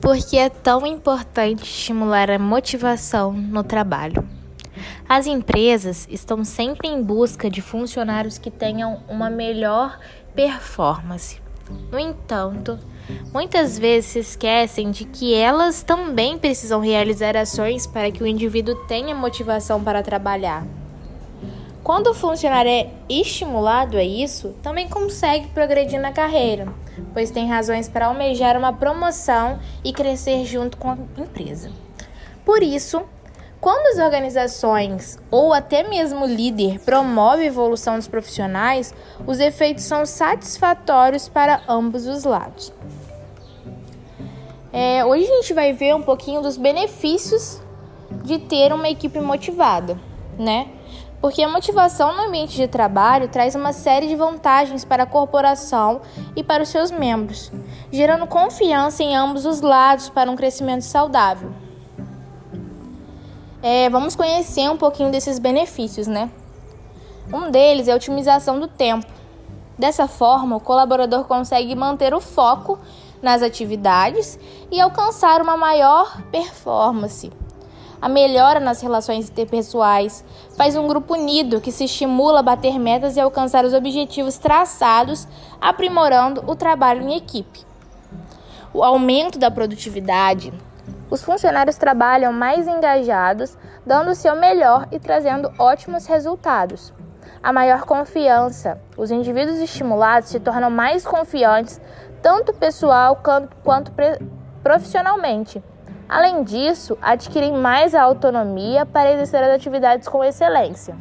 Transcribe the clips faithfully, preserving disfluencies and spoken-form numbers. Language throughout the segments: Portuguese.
Por que é tão importante estimular a motivação no trabalho? As empresas estão sempre em busca de funcionários que tenham uma melhor performance. No entanto, muitas vezes se esquecem de que elas também precisam realizar ações para que o indivíduo tenha motivação para trabalhar. Quando o funcionário é estimulado a isso, também consegue progredir na carreira, pois tem razões para almejar uma promoção e crescer junto com a empresa. Por isso, quando as organizações ou até mesmo o líder promove a evolução dos profissionais, os efeitos são satisfatórios para ambos os lados. É, hoje a gente vai ver um pouquinho dos benefícios de ter uma equipe motivada, né? Porque a motivação no ambiente de trabalho traz uma série de vantagens para a corporação e para os seus membros, gerando confiança em ambos os lados para um crescimento saudável. É, vamos conhecer um pouquinho desses benefícios, né? Um deles é a otimização do tempo. Dessa forma, o colaborador consegue manter o foco nas atividades e alcançar uma maior performance. A melhora nas relações interpessoais faz um grupo unido que se estimula a bater metas e alcançar os objetivos traçados, aprimorando o trabalho em equipe. O aumento da produtividade. Os funcionários trabalham mais engajados, dando o seu melhor e trazendo ótimos resultados. A maior confiança. Os indivíduos estimulados se tornam mais confiantes, tanto pessoal quanto profissionalmente. Além disso, adquirem mais autonomia para exercer as atividades com excelência.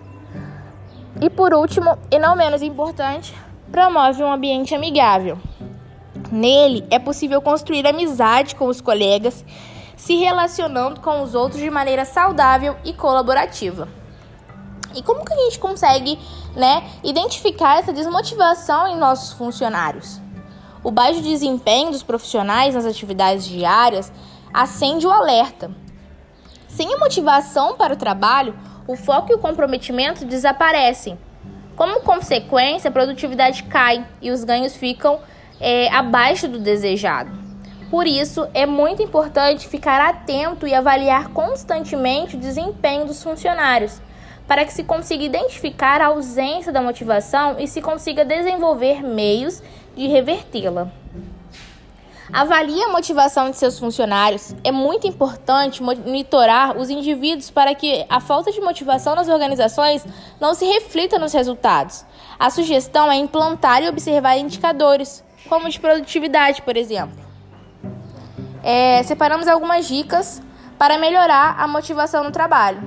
E por último, e não menos importante, promove um ambiente amigável. Nele, é possível construir amizade com os colegas, se relacionando com os outros de maneira saudável e colaborativa. E como que a gente consegue, né, identificar essa desmotivação em nossos funcionários? O baixo desempenho dos profissionais nas atividades diárias acende o alerta. Sem a motivação para o trabalho, o foco e o comprometimento desaparecem. Como consequência, a produtividade cai e os ganhos ficam é, abaixo do desejado. Por isso, é muito importante ficar atento e avaliar constantemente o desempenho dos funcionários, para que se consiga identificar a ausência da motivação e se consiga desenvolver meios de revertê-la. Avalie a motivação de seus funcionários. É muito importante monitorar os indivíduos para que a falta de motivação nas organizações não se reflita nos resultados. A sugestão é implantar e observar indicadores, como de produtividade, por exemplo. É, separamos algumas dicas para melhorar a motivação no trabalho.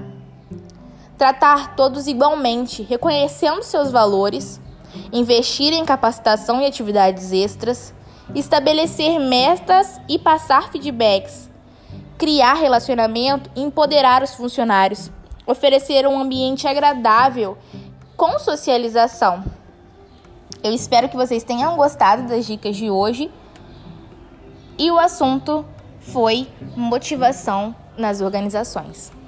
Tratar todos igualmente, reconhecendo seus valores, investir em capacitação e atividades extras, estabelecer metas e passar feedbacks, criar relacionamento e empoderar os funcionários, oferecer um ambiente agradável com socialização. Eu espero que vocês tenham gostado das dicas de hoje e o assunto foi motivação nas organizações.